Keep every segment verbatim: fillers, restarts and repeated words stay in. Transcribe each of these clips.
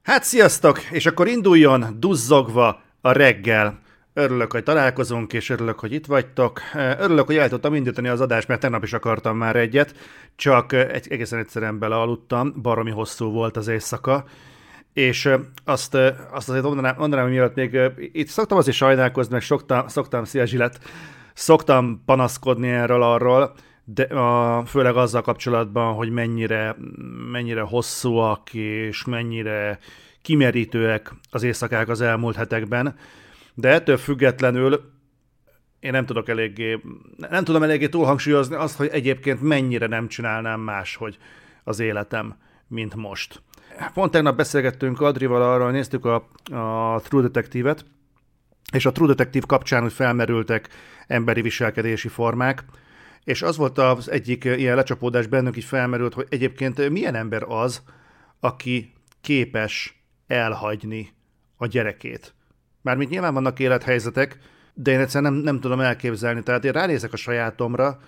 Hát sziasztok, és akkor induljon duzzogva a reggel. Örülök, hogy találkozunk, és örülök, hogy itt vagytok. Örülök, hogy el tudtam indítani az adást, mert tegnap is akartam már egyet, csak egy, egészen egyszerűen belealudtam, baromi hosszú volt az éjszaka, és azt, azt azért mondanám, mondanám, hogy mielőtt még itt szoktam azért sajnálkozni, meg szoktam, szoktam, szia Zsilet, szoktam panaszkodni erről arról, de a, főleg azzal kapcsolatban, hogy mennyire, mennyire hosszúak és mennyire kimerítőek az éjszakák az elmúlt hetekben, de ettől függetlenül én nem tudok eléggé, nem tudom eléggé túlhangsúlyozni azt, hogy egyébként mennyire nem csinálnám máshogy az életem, mint most. Pont tegnap beszélgettünk Adrival arról, néztük a, a True Detective-et, és a True Detective kapcsán úgy felmerültek emberi viselkedési formák, és az volt az egyik ilyen lecsapódás bennünk, így felmerült, hogy egyébként milyen ember az, aki képes elhagyni a gyerekét. Mármint nyilván vannak élethelyzetek, de én egyszerűen nem, nem tudom elképzelni. Tehát én ránézek a sajátomra,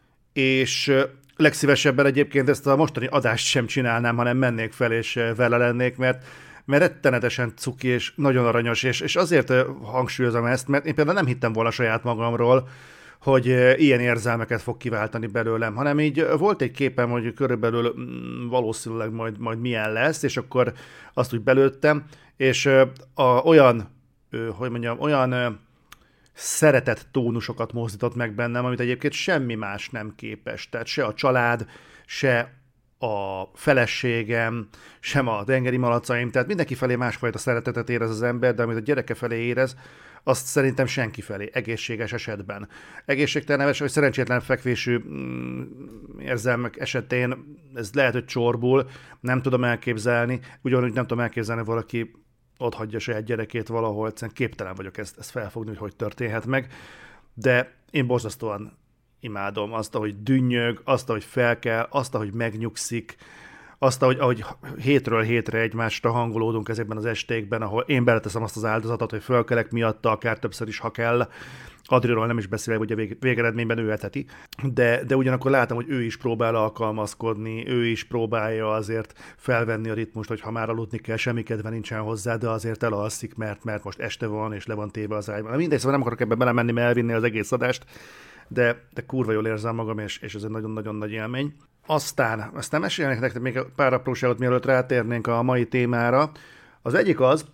és legszívesebben egyébként ezt a mostani adást sem csinálnám, hanem mennék fel és vele lennék, mert, mert rettenetesen cuki és nagyon aranyos, és, és azért hangsúlyozom ezt, mert én például nem hittem volna saját magamról, hogy ilyen érzelmeket fog kiváltani belőlem, hanem így volt egy képem, hogy körülbelül valószínűleg majd, majd milyen lesz, és akkor azt úgy belőttem, és a, olyan, hogy mondjam, olyan szeretett tónusokat mozdított meg bennem, amit egyébként semmi más nem képes. Tehát se a család, se a feleségem, sem a tengeri malacaim, tehát mindenki felé másfajta szeretetet érez az ember, de amit a gyereke felé érez, azt szerintem senki felé, egészséges esetben. Egészségtelen vagy szerencsétlen fekvésű mm, érzelmek esetén ez lehet, hogy csorbul, nem tudom elképzelni, ugyanúgy nem tudom elképzelni, hogy valaki ott hagyja saját gyerekét valahol, egyszerűen képtelen vagyok ezt, ezt felfogni, hogy hogy történhet meg, de én borzasztóan imádom azt, ahogy dünnyög, azt, ahogy felkel, azt, ahogy megnyugszik, azt, ahogy, ahogy hétről hétre egymásra hangolódunk ezekben az estékben, ahol én beleteszem azt az áldozatot, hogy fölkelek miatta, akár többször is, ha kell. Adriról nem is beszélek, ugye vég, végeredményben ő eteti, de, de ugyanakkor látom, hogy ő is próbál alkalmazkodni, ő is próbálja azért felvenni a ritmust, hogy ha már aludni kell, semmi kedve nincsen hozzá, de azért elalszik, mert, mert most este van, és le van téve az ágyban. Mindegy, szóval nem akarok ebben belemenni, mert elvinni az egész adást, de, de kurva jól érzem magam, és, és ez egy nagyon-nagyon nagy élmény. Aztán, aztán mesélnek nektek még pár apróságot, mielőtt rátérnénk a mai témára. Az egyik az,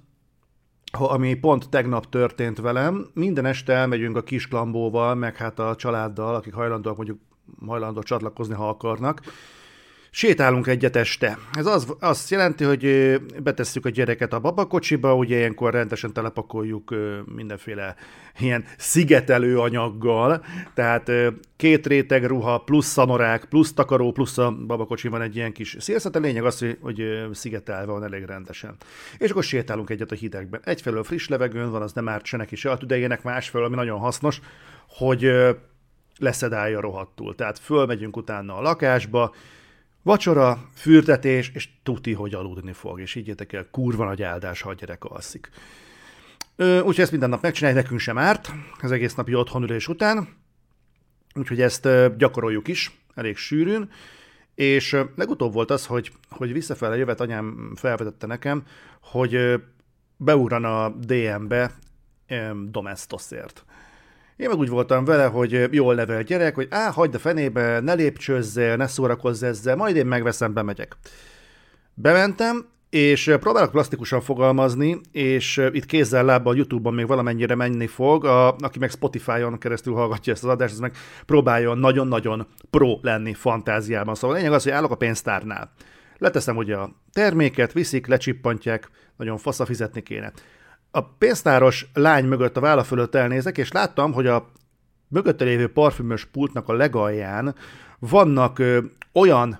ami pont tegnap történt velem, minden este elmegyünk a Kisklambóval, meg hát a családdal, akik hajlandóak mondjuk hajlandóak csatlakozni, ha akarnak. Sétálunk egyet este. Ez az, azt jelenti, hogy betesszük a gyereket a babakocsiba, ugye ilyenkor rendesen telepakoljuk mindenféle ilyen szigetelő anyaggal, tehát két réteg ruha, plusz szanorák, plusz takaró, plusz a babakocsiban egy ilyen kis szélszet. A lényeg az, hogy szigetelve van elég rendesen. És akkor sétálunk egyet a hidegben. Egyfelől friss levegőn van, az nem árt se neki, se a tüdejének, másfelől, ami nagyon hasznos, hogy leszedálja rohadtul. Tehát fölmegyünk utána a lakásba, vacsora, fürdetés, és tuti, hogy aludni fog. És higgyétek el, kurva nagy áldás, ha a gyerek alszik. Úgyhogy ezt minden nap megcsináljuk, nekünk sem árt, az egész napi otthonülés után. Úgyhogy ezt gyakoroljuk is, elég sűrűn. És legutóbb volt az, hogy, hogy visszafele jövet anyám felvetette nekem, hogy beugran a dé em-be Domestosért. Én meg úgy voltam vele, hogy jól nevel gyerek, hogy á, hagyd a fenébe, ne lépcsőzzél, ne szórakozz ezzel, majd én megveszem, bemegyek. Bementem, és próbálok plastikusan fogalmazni, és itt kézzel, lábbal YouTube-on még valamennyire menni fog, a, aki meg Spotify-on keresztül hallgatja ezt az adást, az meg próbáljon nagyon-nagyon pro lenni fantáziában. Szóval a lényeg az, hogy állok a pénztárnál. Leteszem ugye a terméket, viszik, lecsippantják, nagyon fasza fizetni kéne. A pénztáros lány mögött a válla fölött elnézek, és láttam, hogy a mögötte lévő parfümös pultnak a legalján vannak ö, olyan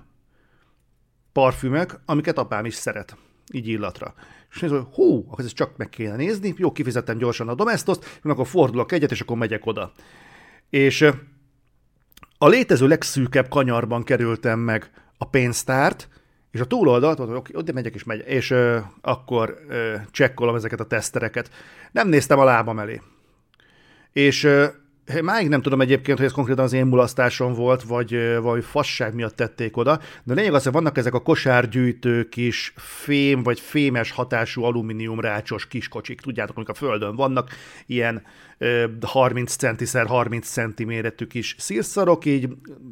parfümök, amiket apám is szeret, így illatra. És nézem, hogy hú, akkor ezt csak meg kéne nézni, jó, kifizettem gyorsan a Domestoszt, akkor fordulok egyet, és akkor megyek oda. És ö, a létező legszűkebb kanyarban kerültem meg a pénztárt, és a túloldalt, hogy oké, oda megyek és megyek, és ö, akkor ö, csekkolom ezeket a tesztereket. Nem néztem a lábam elé. És ö, Máig nem tudom egyébként, hogy ez konkrétan az én mulasztásom volt, vagy valami fasság miatt tették oda, de lényeg az, hogy vannak ezek a kosárgyűjtő kis fém, vagy fémes hatású alumínium rácsos kiskocsik, tudjátok, amik a földön vannak, ilyen harminc centiszer harminc centi méretű kis szírszarok, így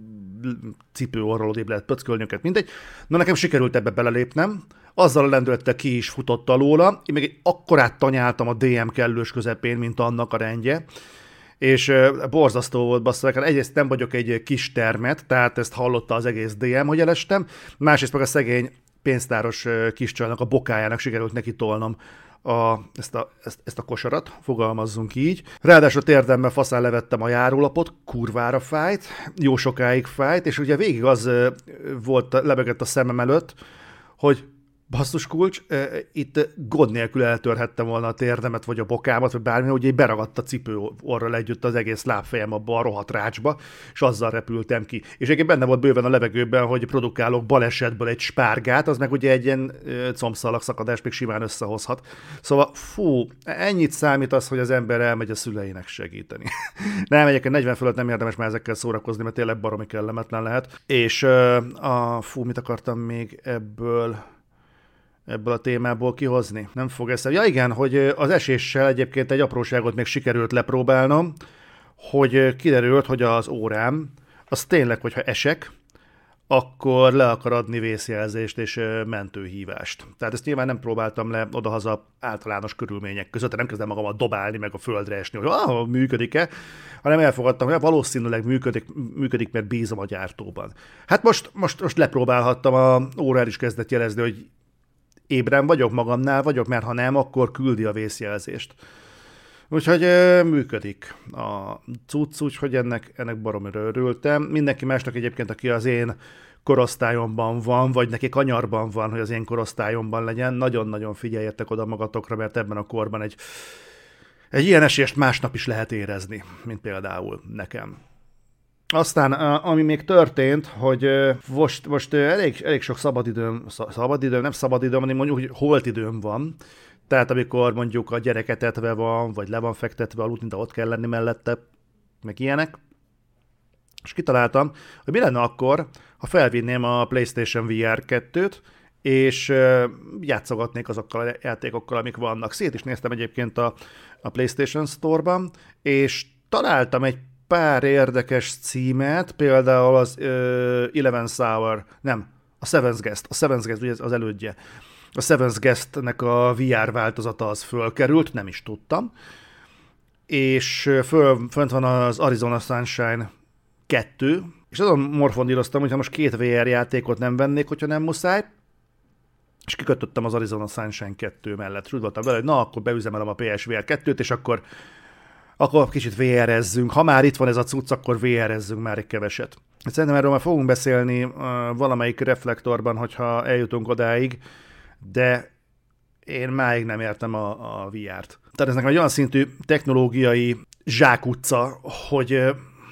cipőorral odébb lehet pöckölni őket, mindegy. Na nekem sikerült ebbe belelépnem, azzal a lendülettel ki is futott alóla, én még akkorát tanyáltam a dé em kellős közepén, mint annak a rendje, és borzasztó volt, bassza, egyrészt nem vagyok egy kis termet, tehát ezt hallotta az egész dé em, hogy elestem, másrészt meg a szegény pénztáros kiscsajnak a bokájának sikerült neki tolnom a, ezt, a, ezt, ezt a kosarat, fogalmazzunk így. Ráadásul térdemben faszán levettem a járólapot, kurvára fájt, jó sokáig fájt, és ugye végig az volt, lebegett a szemem előtt, hogy basszus kulcs, itt gond nélkül eltörhettem volna a térdemet, vagy a bokámat, vagy bármi, hogy beragadt a cipő orral együtt az egész lábfejem abba a rohadt rácsba, és azzal repültem ki. És egyébként benne volt bőven a levegőben, hogy produkálok balesetből egy spárgát, az meg ugye egy ilyen combszalag szakadást még simán összehozhat. Szóval fú, ennyit számít az, hogy az ember elmegy a szüleinek segíteni. Nem, egyébként negyven fölött nem érdemes már ezekkel szórakozni, mert tényleg baromi kellemetlen lehet. És a, fú, mit akartam még ebből... ebből a témából kihozni. Nem fog eszem. Ja igen, hogy az eséssel egyébként egy apróságot még sikerült lepróbálnom, hogy kiderült, hogy az órám, az tényleg, hogyha esek, akkor le akar adni vészjelzést és mentőhívást. Tehát ezt nyilván nem próbáltam le odahaza általános körülmények között, nem kezdem magamat dobálni, meg a földre esni, hogy ah, működik-e, hanem elfogadtam, hogy valószínűleg működik, működik, mert bízom a gyártóban. Hát most, most, most lepróbálhattam, a órán is kezdett jelezni, hogy ébren vagyok, magamnál vagyok, mert ha nem, akkor küldi a vészjelzést. Úgyhogy ö, működik a cucc, úgyhogy ennek, ennek baromira örültem. Mindenki másnak egyébként, aki az én korosztályomban van, vagy neki kanyarban van, hogy az én korosztályomban legyen, nagyon-nagyon figyeljetek oda magatokra, mert ebben a korban egy, egy ilyen esést másnap is lehet érezni, mint például nekem. Aztán, ami még történt, hogy most, most elég, elég sok szabadidőm, szabadidőm, nem szabadidőm, hanem mondjuk, hogy holtidőm van. Tehát amikor mondjuk a gyerek etetve van, vagy le van fektetve aludni, de ott kell lenni mellette, meg ilyenek. És kitaláltam, hogy mi lenne akkor, ha felvinném a PlayStation vé er kettőt, és játszogatnék azokkal a játékokkal, amik vannak. Szét is néztem egyébként a, a PlayStation Store-ban, és találtam egy pár érdekes címet, például az uh, Eleventh Hour, nem, a Seventh Guest, a Seventh Guest, ugye az elődje. A Seventh Guest-nek a vé er változata az fölkerült, nem is tudtam, és föl, fönt van az Arizona Sunshine kettő, és azon morfondíroztam, hogy ha most két vé er játékot nem vennék, hogyha nem muszáj, és kikötöttem az Arizona Sunshine kettő mellett. Úgy voltam vele, hogy na, akkor beüzemelem a pé es vé er kettőt, és akkor akkor kicsit vé er-ezzünk. Ha már itt van ez a cucc, akkor vé er-ezzünk már egy keveset. Szerintem erről már fogunk beszélni uh, valamelyik reflektorban, hogyha eljutunk odáig, de én máig nem értem a, a vé er-t. Tehát ez nekem egy olyan szintű technológiai zsákutca, hogy,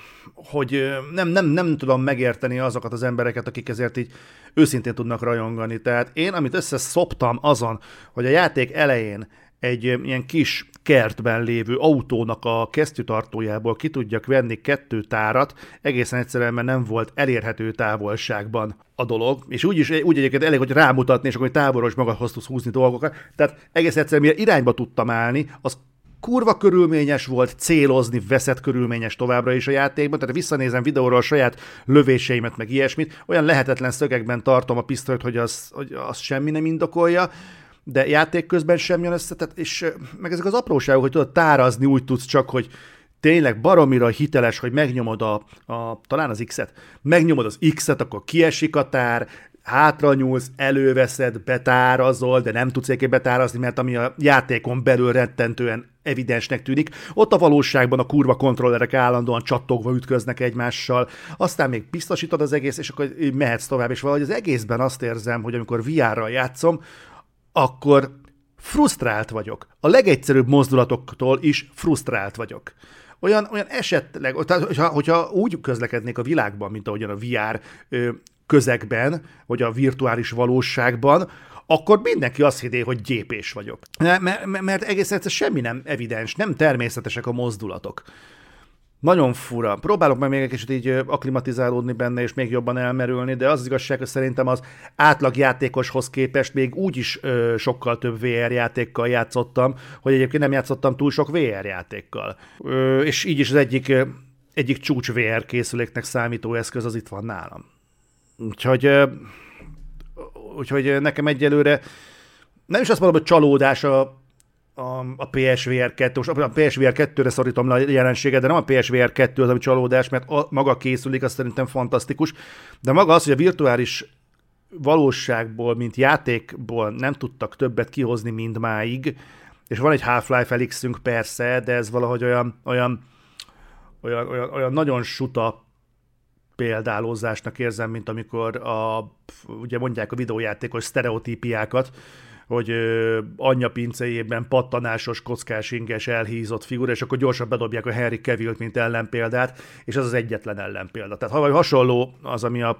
hogy nem, nem, nem tudom megérteni azokat az embereket, akik ezért így őszintén tudnak rajongani. Tehát én, amit összeszoptam azon, hogy a játék elején egy ilyen kis kertben lévő autónak a kesztyűtartójából ki tudjak venni kettő tárat, egészen egyszerűen, mert nem volt elérhető távolságban a dolog, és úgy is úgy egyébként elég, hogy rámutatni, és akkor távolról is magadhoz tudsz húzni dolgokat, tehát egész egyszerűen, mire irányba tudtam állni, az kurva körülményes volt, célozni veszett körülményes továbbra is a játékban, tehát visszanézem videóról a saját lövéseimet, meg ilyesmit, olyan lehetetlen szögekben tartom a pisztolyt, hogy az, hogy az semmi nem indokolja, de játék közben sem jön össze, tehát, és meg ezek az apróságok, hogy tudod tárazni, úgy tudsz csak, hogy tényleg baromira hiteles, hogy megnyomod a, a talán az X-et, megnyomod az X-et, akkor kiesik a tár, hátra nyúlsz, előveszed, betárazol, de nem tudsz egyébként betárazni, mert ami a játékon belül rettentően evidensnek tűnik, ott a valóságban a kurva kontrollerek állandóan csattogva ütköznek egymással, aztán még biztosítod az egész, és akkor mehetsz tovább, és valahogy az egészben azt érzem, hogy amikor vé er-ral játszom, akkor frusztrált vagyok. A legegyszerűbb mozdulatoktól is frusztrált vagyok. Olyan, olyan esetleg, tehát, hogyha, hogyha úgy közlekednék a világban, mint ahogyan a vé er közegben, vagy a virtuális valóságban, akkor mindenki azt hinné, hogy gyépés vagyok. Mert, mert egész egyszerűen semmi nem evidens, nem természetesek a mozdulatok. Nagyon fura. Próbálok meg még egy kicsit így aklimatizálódni benne, és még jobban elmerülni, de az igazság, hogy szerintem az átlagjátékoshoz képest még úgyis ö, sokkal több vé er játékkal játszottam, hogy egyébként nem játszottam túl sok vé er játékkal. Ö, és így is az egyik, egyik csúcs vé er készüléknek számító eszköz az itt van nálam. Úgyhogy, ö, úgyhogy nekem egyelőre nem is azt mondom, hogy csalódás a A, a pé es vé er kettő, most a pé es vé er kettőre szorítom le a jelenséget, de nem a pé es vé er kettő az, ami csalódás, mert a, maga készülék, az szerintem fantasztikus, de maga az, hogy a virtuális valóságból, mint játékból nem tudtak többet kihozni mindmáig, és van egy Half-Life Alyx-ünk persze, de ez valahogy olyan, olyan, olyan, olyan, olyan nagyon suta példálózásnak érzem, mint amikor a, ugye mondják a videójátékos sztereotípiákat, hogy ö, anyja pincéjében pattanásos, kockás, inges, elhízott figura, és akkor gyorsan bedobják a Henry Cavill-t, mint ellenpéldát, és az az egyetlen ellenpélda. Tehát ha hasonló az, ami a,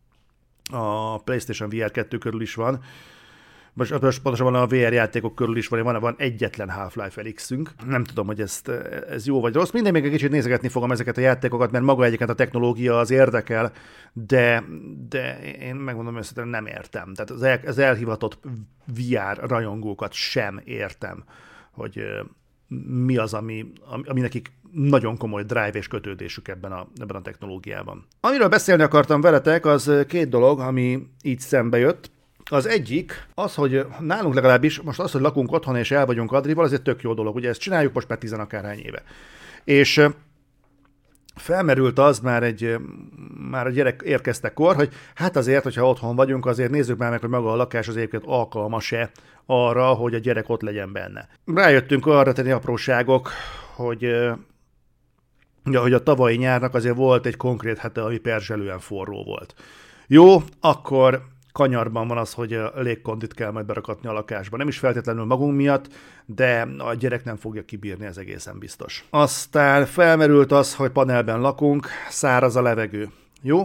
a PlayStation vé er kettő körül is van, most pontosabban a vé er játékok körül is van, van, van egyetlen Half-Life Alyx-ünk. Nem tudom, hogy ezt, ez jó vagy rossz. Minden még egy kicsit nézegetni fogom ezeket a játékokat, mert maga egyébként a technológia az érdekel, de, de én megmondom őszintén, nem értem. Tehát az, el, az elhivatott vé er rajongókat sem értem, hogy mi az, ami, ami nekik nagyon komoly drive és kötődésük ebben a, ebben a technológiában. Amiről beszélni akartam veletek, az két dolog, ami így szembe jött. Az egyik az, hogy nálunk legalábbis most az, hogy lakunk otthon és el vagyunk Adrival, az egy tök jó dolog. Ugye ezt csináljuk most már tizenakárhány éve. És felmerült az már egy, már a gyerek érkeztekor, hogy hát azért, hogyha otthon vagyunk, azért nézzük már meg, hogy maga a lakás az egyébként alkalmas-e arra, hogy a gyerek ott legyen benne. Rájöttünk arra tenni apróságok, hogy, ja, hogy a tavalyi nyárnak azért volt egy konkrét hete, ami perzselően forró volt. Jó, akkor kanyarban van az, hogy a légkondit kell majd berakatni a lakásba. Nem is feltétlenül magunk miatt, de a gyerek nem fogja kibírni, ez egészen biztos. Aztán felmerült az, hogy panelben lakunk, száraz a levegő. Jó?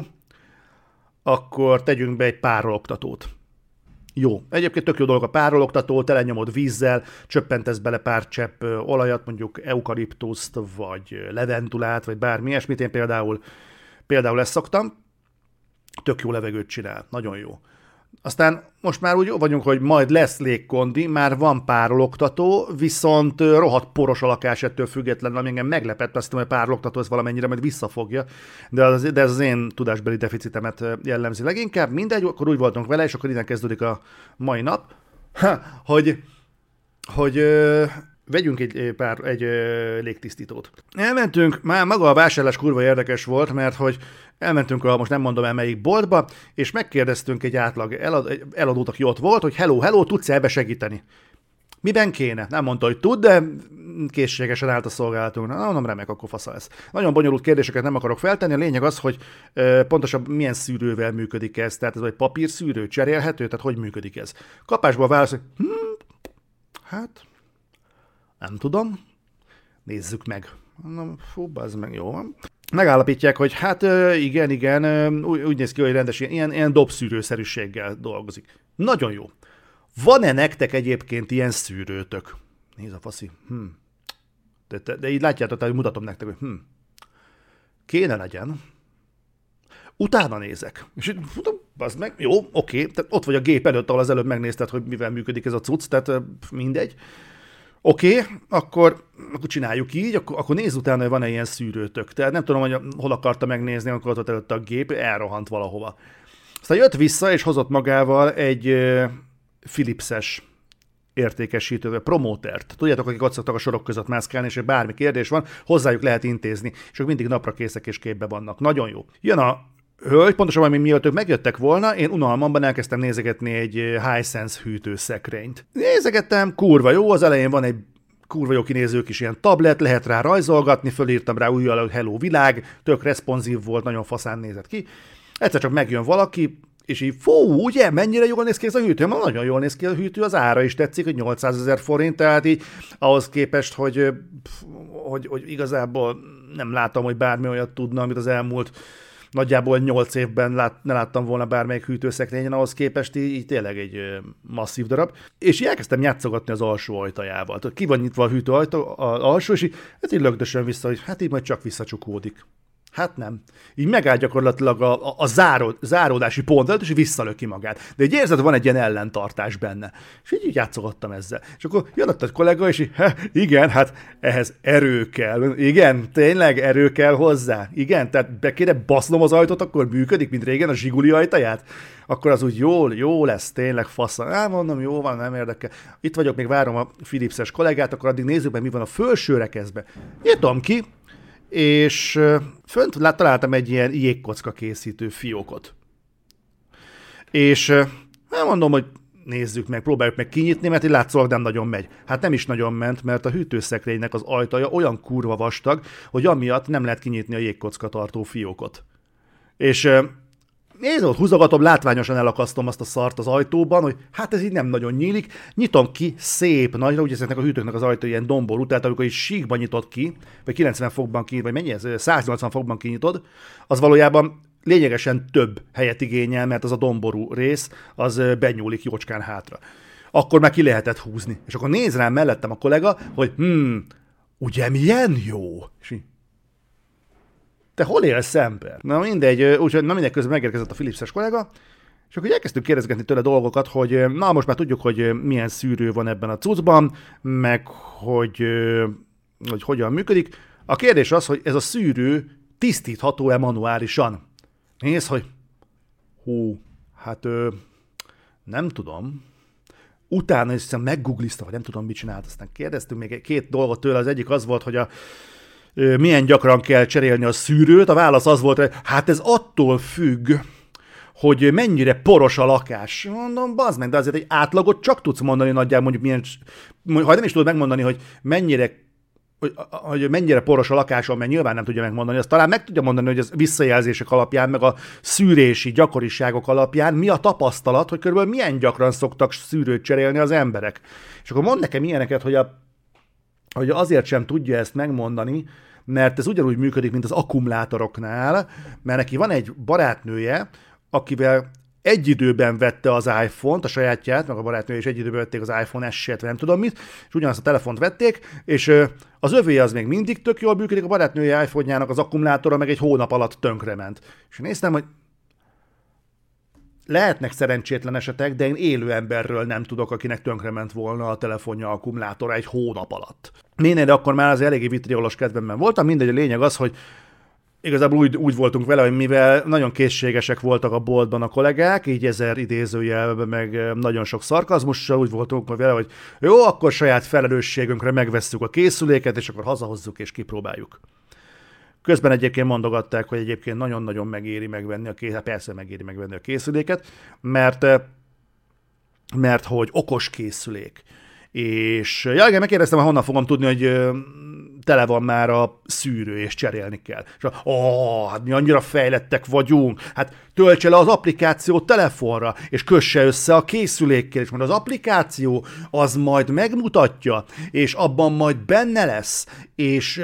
Akkor tegyünk be egy párologtatót. Jó. Egyébként tök jó dolog a párologtató, telenyomod vízzel, csöppentesz bele pár csepp olajat, mondjuk eukaliptuszt, vagy levendulát, vagy bármi ilyesmit. Én például, például ezt szoktam. Tök jó levegőt csinál. Nagyon jó. Aztán most már úgy vagyunk, hogy majd lesz légkondi, már van párologtató, viszont rohadt poros a lakás ettől függetlenül, ami engem meglepett, azt mondom, hogy a párologtató ez valamennyire majd visszafogja, de, az, de ez az én tudásbeli deficitemet jellemzi leginkább. Mindegy, akkor úgy voltunk vele, és akkor innen kezdődik a mai nap, ha, hogy, hogy ö, vegyünk egy, pár, egy ö, légtisztítót. Elmentünk, már maga a vásárlás kurva érdekes volt, mert hogy elmentünk a, most nem mondom el melyik boltba, és megkérdeztünk egy átlag elad, eladót, aki ott volt, hogy hello, hello, tudsz ebbe segíteni? Miben kéne? Nem mondta, hogy tud, de készségesen állt a szolgálatunk. Na, mondom, remek, akkor fasza lesz. Nagyon bonyolult kérdéseket nem akarok feltenni, a lényeg az, hogy e, pontosan milyen szűrővel működik ez, tehát ez egy papírszűrő, cserélhető, tehát hogy működik ez? Kapásból válasz, hogy hm, hát, nem tudom, nézzük meg. Mondom, fú, ez meg jó van. Megállapítják, hogy hát igen, igen, úgy, úgy néz ki, hogy rendes ilyen, ilyen dobszűrőszerűséggel dolgozik. Nagyon jó. Van-e nektek egyébként ilyen szűrőtök? Nézd a faszi. Hm. De, de, de így látjátok, hogy mutatom nektek, hogy hm. Kéne legyen. Utána nézek. És így mondom, bazd meg, jó, oké. Tehát ott vagy a gép előtt, ahol az előbb megnézted, hogy mivel működik ez a cucc, tehát mindegy. Oké, okay, akkor, akkor csináljuk így, akkor, akkor nézz utána, hogy van-e ilyen szűrőtök. Tehát nem tudom, hogy hol akarta megnézni, amikor ott előtt a gép, elrohant valahova. Aztán jött vissza, és hozott magával egy uh, Philips-es értékesítő, promótert. Tudjátok, akik ott szoktak a sorok között mászkálni, és bármi kérdés van, hozzájuk lehet intézni, és ők mindig napra készek és képbe vannak. Nagyon jó. Jön a hölgy, pontosabban, mint mielőtt ők megjöttek volna, én unalmamban elkezdtem nézegetni egy Hisense hűtőszekrényt. Nézegettem, kurva jó, az elején van egy kurva jó kinéző kis ilyen tablet, lehet rá rajzolgatni, fölírtam rá újjal, hogy hello világ, tök responsív volt, nagyon faszán nézett ki. Egyszer csak megjön valaki, és így, fú, ugye, mennyire jól néz ki ez a hűtő? Ma nagyon jól néz ki a hűtő, az ára is tetszik, hogy nyolcszázezer forint, tehát így ahhoz képest, hogy, hogy, hogy igazából nem látom, hogy bármi olyat tudna, amit az elmúlt nagyjából nyolc évben lát, ne láttam volna bármelyik hűtőszekrényen, ahhoz képest így, így tényleg egy masszív darab. És így elkezdtem játszogatni az alsó ajtajával. Tehát ki van nyitva a hűtőajtó, az alsó, és így, hát így lögdösen vissza, hogy hát így majd csak visszacsukódik. Hát nem. Így megáll gyakorlatilag a, a, a záró, záródási pontot, és visszalöki magát. De egy érzed, van egy ilyen ellentartás benne. És így, így játszogattam ezzel. És akkor jött egy kollega, és így, igen, hát ehhez erő kell. Igen, tényleg erő kell hozzá. Igen, tehát be kéne basznom az ajtót, akkor működik, mint régen a Zsiguli ajtaját. Akkor az úgy jó, jó lesz, tényleg faszal. Á, mondom, jó van, nem érdekel. Itt vagyok, még várom a Philipses kollégát, akkor addig nézzük meg, mi van a felső rekeszbe. Nyitom ki, és fönt találtam egy ilyen jégkocka készítő fiókot. És mondom, hogy nézzük meg, próbáljuk meg kinyitni, mert így látszólag nem nagyon megy. Hát nem is nagyon ment, mert a hűtőszekrénynek az ajtaja olyan kurva vastag, hogy amiatt nem lehet kinyitni a jégkocka tartó fiókot. És nézd, ott húzogatom, látványosan elakasztom azt a szart az ajtóban, hogy hát ez így nem nagyon nyílik. Nyitom ki szép nagyra, ugye ezeknek a hűtőknek az ajtó ilyen domború, tehát amikor így síkban nyitod ki, vagy kilencven fokban kinyitod, vagy mennyi ez, száznyolcvan fokban kinyitod, az valójában lényegesen több helyet igényel, mert az a domború rész, az benyúlik jócskán hátra. Akkor már ki lehetett húzni. És akkor néz rám mellettem a kollega, hogy hm, ugye milyen jó? És így, te hol élsz, ember? Na mindegy, úgyhogy na mindegy, közben megérkezett a Philipses kollega, és akkor elkezdtünk kérdezgetni tőle dolgokat, hogy na most már tudjuk, hogy milyen szűrő van ebben a cuccban, meg hogy, hogy hogyan működik. A kérdés az, hogy ez a szűrő tisztítható-e manuálisan? Nézd, hogy hú, hát ö, nem tudom. Utána is hiszem meggooglizta, vagy nem tudom, mit csinált. Aztán kérdeztünk még két dolgot tőle. Az egyik az volt, hogy a milyen gyakran kell cserélni a szűrőt. A válasz az volt, hogy hát ez attól függ, hogy mennyire poros a lakás. Mondom, bazd meg, de azért egy átlagot csak tudsz mondani nagyjából, mondjuk milyen, ha nem is tudod megmondani, hogy mennyire, hogy, hogy mennyire poros a lakáson, mert nyilván nem tudja megmondani, azt talán meg tudja mondani, hogy az visszajelzések alapján, meg a szűrési gyakoriságok alapján mi a tapasztalat, hogy körülbelül milyen gyakran szoktak szűrőt cserélni az emberek. És akkor mond nekem ilyeneket, hogy, a, hogy azért sem tudja ezt megmondani, mert ez ugyanúgy működik, mint az akkumulátoroknál, mert neki van egy barátnője, akivel egy időben vette az iPhone-t, a sajátját, meg a barátnője is egy időben vették az iPhone es é-t, vagy nem tudom mit, és ugyanazt a telefont vették, és az övé az még mindig tök jól működik, a barátnője iPhone-jának az akkumulátora meg egy hónap alatt tönkrement. És néztem, hogy lehetnek szerencsétlen esetek, de én élő emberről nem tudok, akinek tönkrement volna a telefonja akkumulátora egy hónap alatt. Minél, de akkor már az eléggé vitriolos kedvemben voltam, mindegy, a lényeg az, hogy igazából úgy, úgy voltunk vele, hogy mivel nagyon készségesek voltak a boltban a kollégák, így ezer idézőjelben meg nagyon sok szarkazmussal, úgy voltunk vele, hogy jó, akkor saját felelősségünkre megvesszük a készüléket, és akkor hazahozzuk és kipróbáljuk. Közben egyébként mondogatták, hogy egyébként nagyon-nagyon megéri megvenni a készüléket, persze megéri megvenni a készüléket, mert, mert hogy okos készülék. És ja, igen, megkérdeztem, hogy honnan fogom tudni, hogy tele van már a szűrő, és cserélni kell. És ó, hát mi annyira fejlettek vagyunk, hát töltse le az applikációt telefonra, és kösse össze a készülékkel, és majd az applikáció az majd megmutatja, és abban majd benne lesz, és...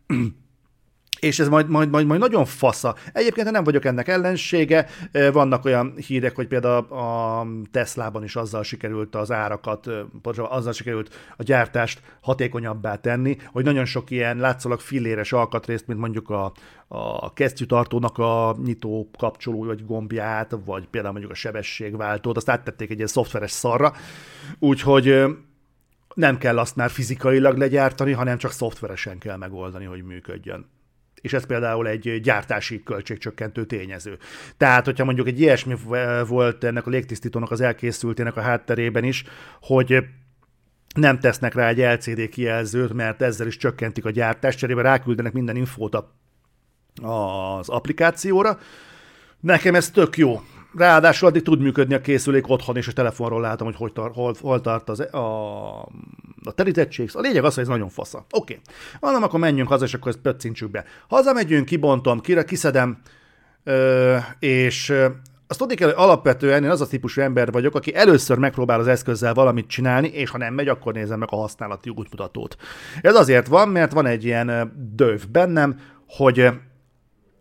és ez majd, majd, majd, majd nagyon fasza. Egyébként nem vagyok ennek ellensége, vannak olyan hírek, hogy például a Teslában is azzal sikerült az árakat, azzal sikerült a gyártást hatékonyabbá tenni, hogy nagyon sok ilyen látszólag filléres alkatrészt, mint mondjuk a, a kesztyűtartónak a nyitó kapcsoló vagy gombját, vagy például mondjuk a sebességváltót, azt áttették egy ilyen szoftveres szarra, úgyhogy nem kell azt már fizikailag legyártani, hanem csak szoftveresen kell megoldani, hogy működjön. És ez például egy gyártási költségcsökkentő tényező. Tehát, hogyha mondjuk egy ilyesmi volt ennek a légtisztítónak az elkészültének a hátterében is, hogy nem tesznek rá egy el cé dé kijelzőt, mert ezzel is csökkentik a gyártást, cserébe ráküldenek minden infót az applikációra. Nekem ez tök jó. Ráadásul addig tud működni a készülék otthon, és a telefonról látom, hogy, hogy tar- hol, hol tart az, a, a terítettség. A lényeg az, hogy ez nagyon fasza. Oké. Okay. Mondom, akkor menjünk haza, és akkor ezt pöccintsük be. Hazamegyünk, kibontom, kire kiszedem, ö, és ö, azt tudni kell, hogy alapvetően én az a típusú ember vagyok, aki először megpróbál az eszközzel valamit csinálni, és ha nem megy, akkor nézem meg a használati útmutatót. Ez azért van, mert van egy ilyen döv bennem, hogy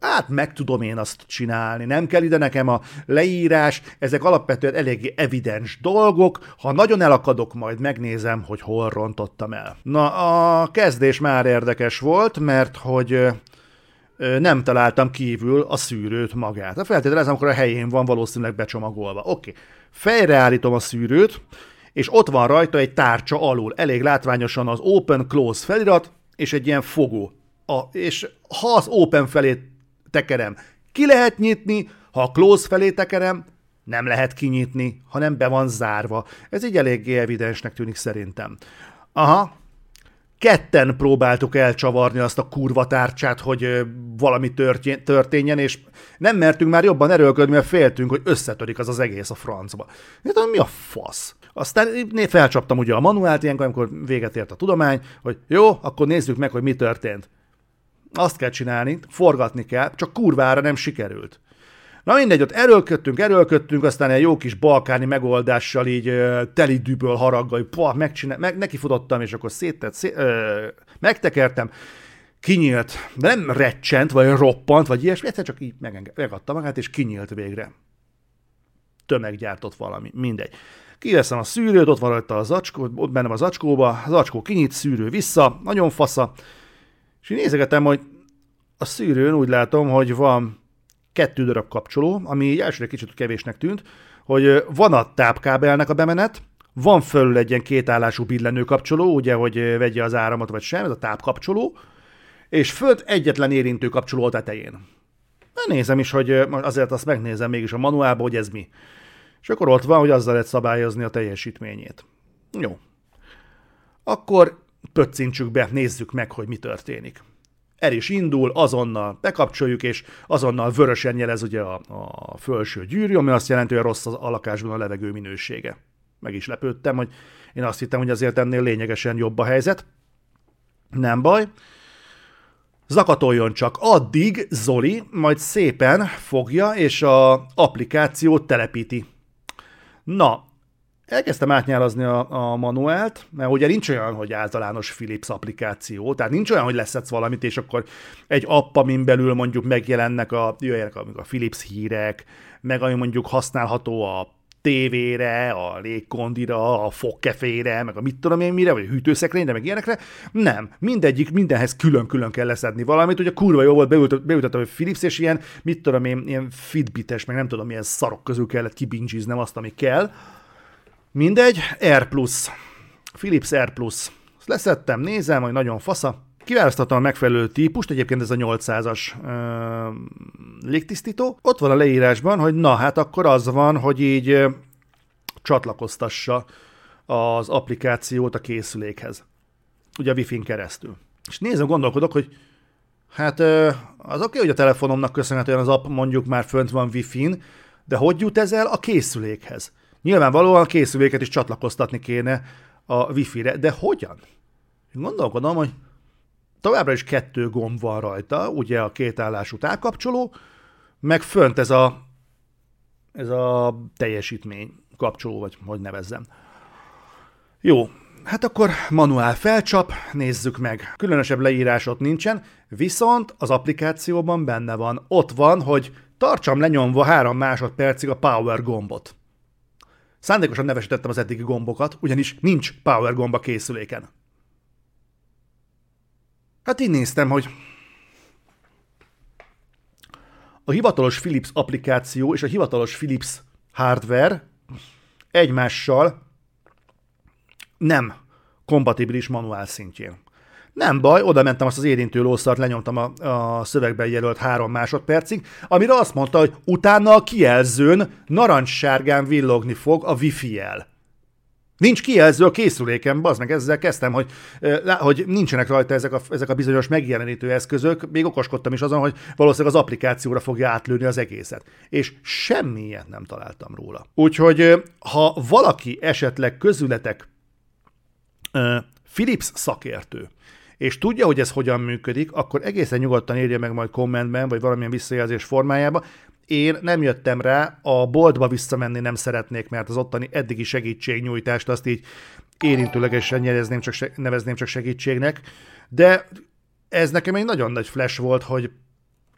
hát meg tudom én azt csinálni, nem kell ide nekem a leírás, ezek alapvetően eléggé evidens dolgok, ha nagyon elakadok, majd megnézem, hogy hol rontottam el. Na, a kezdés már érdekes volt, mert hogy nem találtam kívül a szűrőt magát. A feltételezem, amikor a helyén van valószínűleg becsomagolva. Oké, okay. Fejreállítom a szűrőt, és ott van rajta egy tárcsa alul, elég látványosan az Open Close felirat, és egy ilyen fogó. A, és ha az Open felé tekerem, ki lehet nyitni, ha a Close felé tekerem, nem lehet kinyitni, hanem be van zárva. Ez így eléggé evidensnek tűnik szerintem. Aha, ketten próbáltuk elcsavarni azt a kurva tárcsát, hogy valami történjen, és nem mertünk már jobban erőlködni, mert féltünk, hogy összetörik az az egész a francba. Mi a fasz? Aztán én felcsaptam ugye a manuált ilyenkor, amikor véget ért a tudomány, hogy jó, akkor nézzük meg, hogy mi történt. Azt kell csinálni, forgatni kell, csak kurvára nem sikerült. Na mindegy, ott erőlködtünk, erőlködtünk, aztán egy jó kis balkáni megoldással így ö, teli düböl haraggal, hogy pah, megcsinál, meg, nekifutottam, és akkor széttett, szét, ö, megtekertem, kinyílt, de nem recsent, vagy roppant, vagy ilyesmi, egyszer csak így megadta magát, és kinyílt végre. Tömeggyártott valami, mindegy. Kiveszem a szűrőt, ott van rajta a zacskó, ott bennem a zacskóba, a zacskó kinyit, szűrő vissza, nagyon fasza, és így nézegetem, hogy a szűrőn úgy látom, hogy van kettő darab kapcsoló, ami így elsőre kicsit kevésnek tűnt, hogy van a tápkábelnek a bemenet, van fölül egy ilyen kétállású billenő kapcsoló, ugye, hogy vegye az áramot vagy sem, ez a tápkapcsoló, és föld egyetlen érintő kapcsoló a tetején. Nézem is, hogy azért azt megnézem mégis a manuálban, hogy ez mi. És akkor ott van, hogy azzal lehet szabályozni a teljesítményét. Jó. Akkor pöccintsük be, nézzük meg, hogy mi történik. El is indul, azonnal bekapcsoljuk, és azonnal vörösen jelez ugye a, a felső gyűrű, ami azt jelenti, hogy rossz az a lakásban a levegő minősége. Meg is lepődtem, hogy én azt hittem, hogy azért ennél lényegesen jobb a helyzet. Nem baj. Zakatoljon csak. Addig Zoli majd szépen fogja, és az applikációt telepíti. Na, elkezdtem átnyálazni a, a manuált, mert ugye nincs olyan, hogy általános Philips applikáció, tehát nincs olyan, hogy leszedsz valamit, és akkor egy app, amin belül mondjuk megjelennek a, jöjjenek a, a Philips hírek, meg ami mondjuk használható a tévére, a légkondira, a fogkefére, meg a mit tudom én mire, vagy a hűtőszekrényre, meg ilyenekre. Nem. Mindegyik, mindenhez külön-külön kell leszedni valamit. Ugye kurva jó volt, beültettem a Philips, és ilyen, mit tudom én, ilyen Fitbites, meg nem tudom, milyen szarok közül kellett kibingiznem azt, ami kell. Mindegy, R Plus. Philips R Plus. Ezt leszettem, nézem, hogy nagyon fasza. Kiválasztottam a megfelelő típust, egyébként ez a nyolcszázas uh, légtisztító. Ott van a leírásban, hogy na hát akkor az van, hogy így uh, csatlakoztassa az applikációt a készülékhez. Ugye a Wi-Fi-n keresztül. És nézem, gondolkodok, hogy hát uh, az oké, okay, hogy a telefonomnak köszönhetően az app mondjuk már fönt van Wi-Fi-n, de hogy jut ez el a készülékhez? Nyilvánvalóan a készüléket is csatlakoztatni kéne a Wi-Fi-re, de hogyan? Gondolkodom, hogy továbbra is kettő gomb van rajta, ugye a kétállású tápkapcsoló, meg fönt ez a, ez a teljesítmény kapcsoló, vagy hogy nevezzem. Jó, hát akkor manuál felcsap, nézzük meg. Különösebb leírás ott nincsen, viszont az applikációban benne van. Ott van, hogy tartsam lenyomva három másodpercig a power gombot. Szándékosan nevesítettem az eddigi gombokat, ugyanis nincs power gomb a készüléken. Hát így néztem, hogy a hivatalos Philips applikáció és a hivatalos Philips hardware egymással nem kompatibilis manuál szintjén. Nem baj, oda mentem, azt az érintő lószart lenyomtam a, a szövegben jelölt három másodpercig, amire azt mondta, hogy utána a kijelzőn narancssárgán villogni fog a Wi-Fi-jel. Nincs kijelző a készüléken, bazd meg, ezzel kezdtem, hogy, hogy nincsenek rajta ezek a, ezek a bizonyos megjelenítő eszközök, még okoskodtam is azon, hogy valószínűleg az applikációra fogja átlőni az egészet. És semmi ilyet nem találtam róla. Úgyhogy ha valaki esetleg közületek Philips szakértő, és tudja, hogy ez hogyan működik, akkor egészen nyugodtan írja meg majd kommentben, vagy valamilyen visszajelzés formájában. Én nem jöttem rá, a boltba visszamenni nem szeretnék, mert az ottani eddigi segítségnyújtást azt így érintőlegesen nevezném csak, nevezném csak segítségnek, de ez nekem egy nagyon nagy flash volt, hogy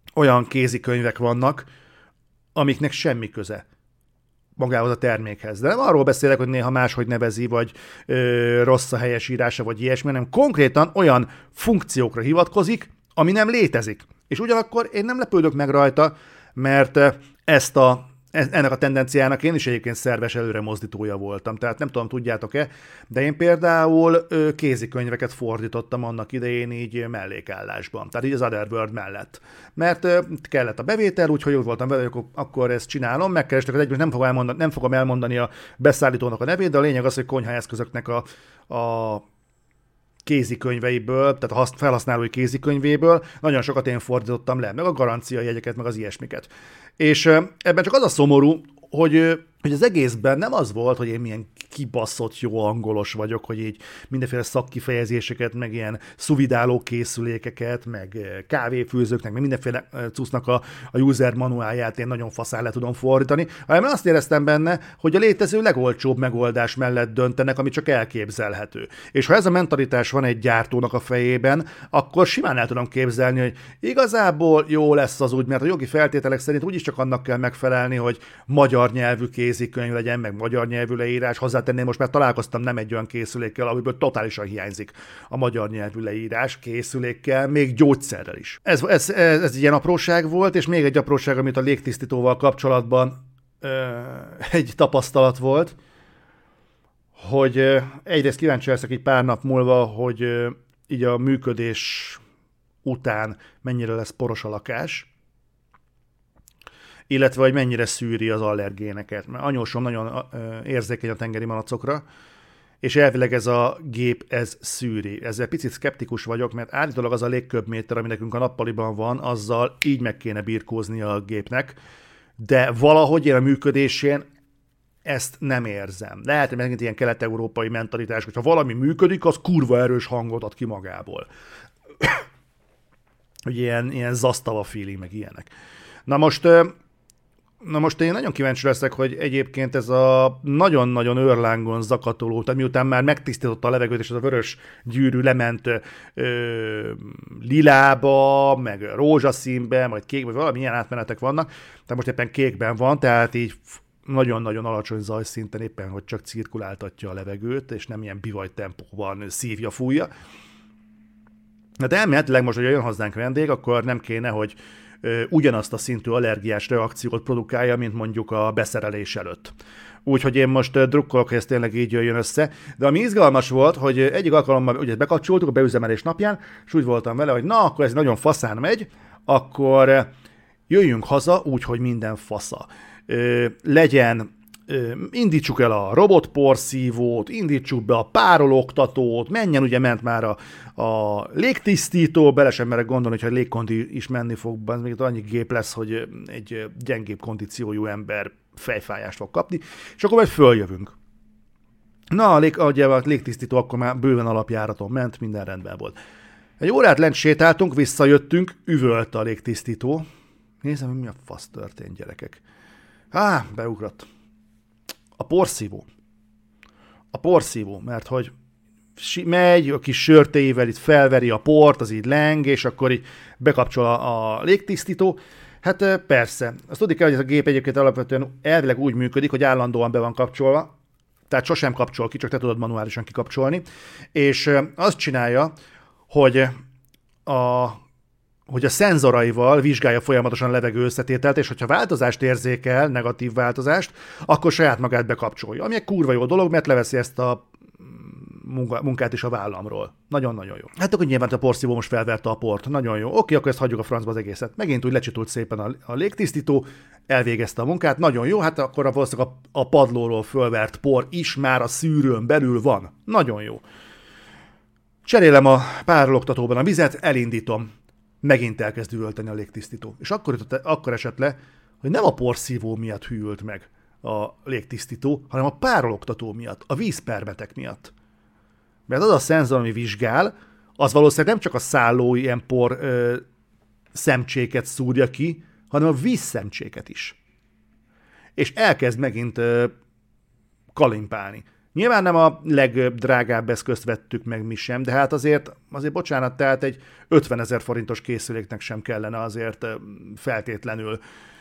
olyan kézikönyvek vannak, amiknek semmi köze magához a termékhez. De nem arról beszélek, hogy néha máshogy nevezi, vagy ö, rossz a helyesírása, vagy ilyesmi, hanem konkrétan olyan funkciókra hivatkozik, ami nem létezik. És ugyanakkor én nem lepődök meg rajta, mert ezt a, ennek a tendenciának én is egyébként szerves előre mozdítója voltam. Tehát nem tudom, tudjátok-e, de én például kézikönyveket fordítottam annak idején így mellékállásban. Tehát így az Otherworld mellett. Mert kellett a bevétel, úgyhogy úgy voltam vele, hogy akkor ezt csinálom, megkerestek az egyben, nem fogom elmondani, nem fogom elmondani a beszállítónak a nevét, de a lényeg az, hogy konyhaeszközöknek a, a kézikönyveiből, tehát a felhasználói kézikönyvéből nagyon sokat én fordítottam le, meg a garancia jegyeket, meg az ilyesmiket. És ebben csak az a szomorú, hogy, hogy az egészben nem az volt, hogy én milyen kibaszott jó angolos vagyok, hogy így mindenféle szakkifejezéseket, meg ilyen szuvidáló készülékeket, meg kávéfőzőknek, meg mindenféle cuccnak a, a user manuálját én nagyon faszán le tudom fordítani, hanem azt éreztem benne, hogy a létező legolcsóbb megoldás mellett döntenek, ami csak elképzelhető. És ha ez a mentalitás van egy gyártónak a fejében, akkor simán el tudom képzelni, hogy igazából jó lesz az úgy, mert a jogi feltételek szerint úgyis csak annak kell megfelelni, hogy magyar nyelvű kézikönyv legyen, meg magyar nyelvű leírás. Hozzátenném, most már találkoztam nem egy olyan készülékkel, amiből totálisan hiányzik a magyar nyelvű leírás, készülékkel, még gyógyszerrel is. Ez, ez, ez, ez egy ilyen apróság volt, és még egy apróság, amit a légtisztítóval kapcsolatban ö, egy tapasztalat volt, hogy ö, egyrészt kíváncsi leszek így pár nap múlva, hogy ö, így a működés után mennyire lesz poros a lakás, illetve hogy mennyire szűri az allergéneket. Mert anyósom nagyon érzékeny a tengeri malacokra, és elvileg ez a gép, ez szűri. Ezzel picit szkeptikus vagyok, mert állítólag az a légköbméter, ami nekünk a nappaliban van, azzal így meg kéne birkózni a gépnek, de valahogy én a működésén ezt nem érzem. Lehet, hogy megint ilyen kelet-európai mentalitás, hogyha valami működik, az kurva erős hangot ad ki magából. Hogy ilyen, ilyen zasztava feeling, meg ilyenek. Na most... Na most én nagyon kíváncsi leszek, hogy egyébként ez a nagyon-nagyon őrlángon zakatoló, tehát miután már megtisztította a levegőt, és ez a vörös gyűrű lement ö, lilába, meg rózsaszínbe, majd kékbe, valami ilyen átmenetek vannak, tehát most éppen kékben van, tehát így nagyon-nagyon alacsony zajszinten éppen, hogy csak cirkuláltatja a levegőt, és nem ilyen bivaj tempóban szívja, fújja. De elméletileg most, hogy jön hozzánk vendég, akkor nem kéne, hogy ugyanazt a szintű allergiás reakciót produkálja, mint mondjuk a beszerelés előtt. Úgyhogy én most drukkolok, hogy ez tényleg így jöjjön össze. De ami izgalmas volt, hogy egyik alkalommal ugye bekapcsoltuk a beüzemelés napján, és úgy voltam vele, hogy na, akkor ez nagyon faszán megy, akkor jöjjünk haza úgy, hogy minden fasza. Legyen, indítsuk el a robotporszívót, indítsuk be a párologtatót, menjen, ugye ment már a, a légtisztító, bele sem merek gondolni, hogy a légkondi is menni fog, az még annyi gép lesz, hogy egy gyengébb kondíciójú ember fejfájást fog kapni, és akkor majd följövünk. Na, a, lég, a légtisztító akkor már bőven alapjáraton ment, minden rendben volt. Egy órát lent sétáltunk, visszajöttünk, üvölt a légtisztító. Nézem, hogy mi a fasz történt, gyerekek. Á, beugrott. A porszívó. A porszívó, mert hogy megy, a kis sörtéivel itt felveri a port, az így leng, és akkor így bekapcsol a, a légtisztító. Hát persze. Azt tudni kell, hogy ez a gép egyébként alapvetően elvileg úgy működik, hogy állandóan be van kapcsolva, tehát sosem kapcsol ki, csak te tudod manuálisan kikapcsolni, és azt csinálja, hogy a hogy a szenzoraival vizsgálja folyamatosan a levegő összetételt, és hogyha változást érzékel, negatív változást, akkor saját magát bekapcsolja. Ami egy kurva jó dolog, mert leveszi ezt a munkát is a vállamról. Nagyon-nagyon jó. Hát akkor nyilván a porszívó most felverte a port. Nagyon jó. Oké, akkor ezt hagyjuk a francba az egészet. Megint úgy lecsitult szépen a, a légtisztító, elvégezte a munkát. Nagyon jó, hát akkor a, valószínűleg a, a padlóról fölvert por is már a szűrőn belül van. Nagyon jó. Cserélem a párologtatóban a vizet, elindítom. Megint elkezd üvölteni a légtisztító. És akkor, jutott, akkor esett le, hogy nem a porszívó miatt hűlt meg a légtisztító, hanem a párologtató miatt, a vízpermetek miatt. Mert az a szenzor, ami vizsgál, az valószínűleg nem csak a szálló ilyen por ö, szemcséket szúrja ki, hanem a vízszemcséket is. És elkezd megint ö, kalimpálni. Nyilván nem a legdrágább eszközt vettük meg mi sem, de hát azért, azért bocsánat, tehát egy ötvenezer forintos készüléknek sem kellene azért feltétlenül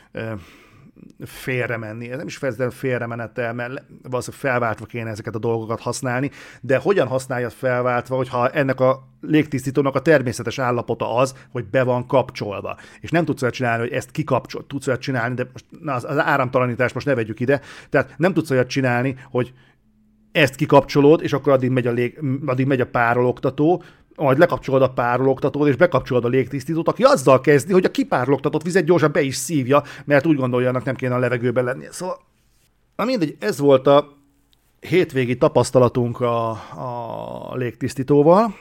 félre menni. Ez nem is feltétlenül félremenettel, mert valószínűleg felváltva kéne ezeket a dolgokat használni, de hogyan használjad felváltva, hogyha ennek a légtisztítónak a természetes állapota az, hogy be van kapcsolva. És nem tudsz olyat csinálni, hogy ezt kikapcsol. Tudsz olyat csinálni, de most, na, az, az áramtalanítást most ne vegyük ide, tehát nem tudsz olyat csinálni, hogy ezt kikapcsolod, és akkor addig megy a, lég, addig megy a párologtató, majd lekapcsolod a párologtatót, és bekapcsolod a légtisztítót, aki azzal kezdi, hogy a kipárologtatott vizet gyorsan be is szívja, mert úgy gondolja, annak nem kéne a levegőben lennie. Szóval, na mindegy, ez volt a hétvégi tapasztalatunk a, a légtisztítóval,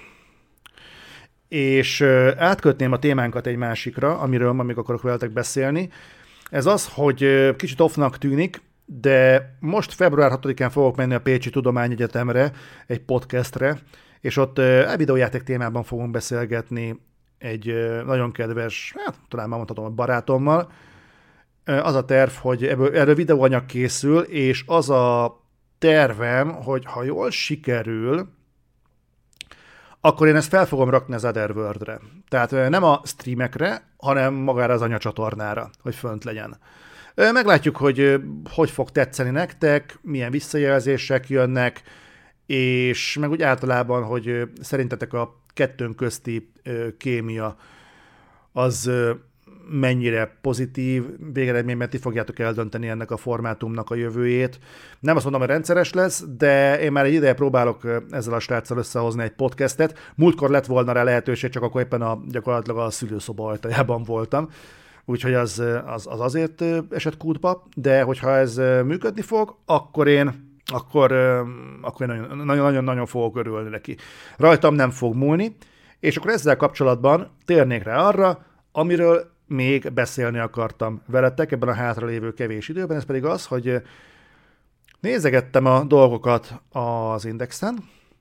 és átkötném a témánkat egy másikra, amiről ma még akarok veletek beszélni. Ez az, hogy kicsit offnak tűnik, de most február hatodikán fogok menni a Pécsi Tudományegyetemre, egy podcastre, és ott a videójáték témában fogunk beszélgetni egy nagyon kedves, hát talán már mondhatom, a barátommal. Az a terv, hogy ebből, erről videóanyag készül, és az a tervem, hogy ha jól sikerül, akkor én ezt fel fogom rakni az Otherworldre. Tehát nem a streamekre, hanem magára az anyacsatornára, hogy fönt legyen. Meglátjuk, hogy hogy fog tetszeni nektek, milyen visszajelzések jönnek, és meg úgy általában, hogy szerintetek a kettőnk közti kémia az mennyire pozitív végeredményben, ti fogjátok eldönteni ennek a formátumnak a jövőjét. Nem azt mondom, hogy rendszeres lesz, de én már egy ideje próbálok ezzel a sráccal összehozni egy podcastet. Múltkor lett volna rá lehetőség, csak akkor éppen a, gyakorlatilag a szülőszoba ajtajában voltam. Úgyhogy az, az, az azért esett kútba, de hogyha ez működni fog, akkor én akkor, akkor én nagyon-nagyon fogok örülni neki. Rajtam nem fog múlni, és akkor ezzel kapcsolatban térnék rá arra, amiről még beszélni akartam veletek ebben a hátralévő kevés időben, ez pedig az, hogy nézegettem a dolgokat az Indexen,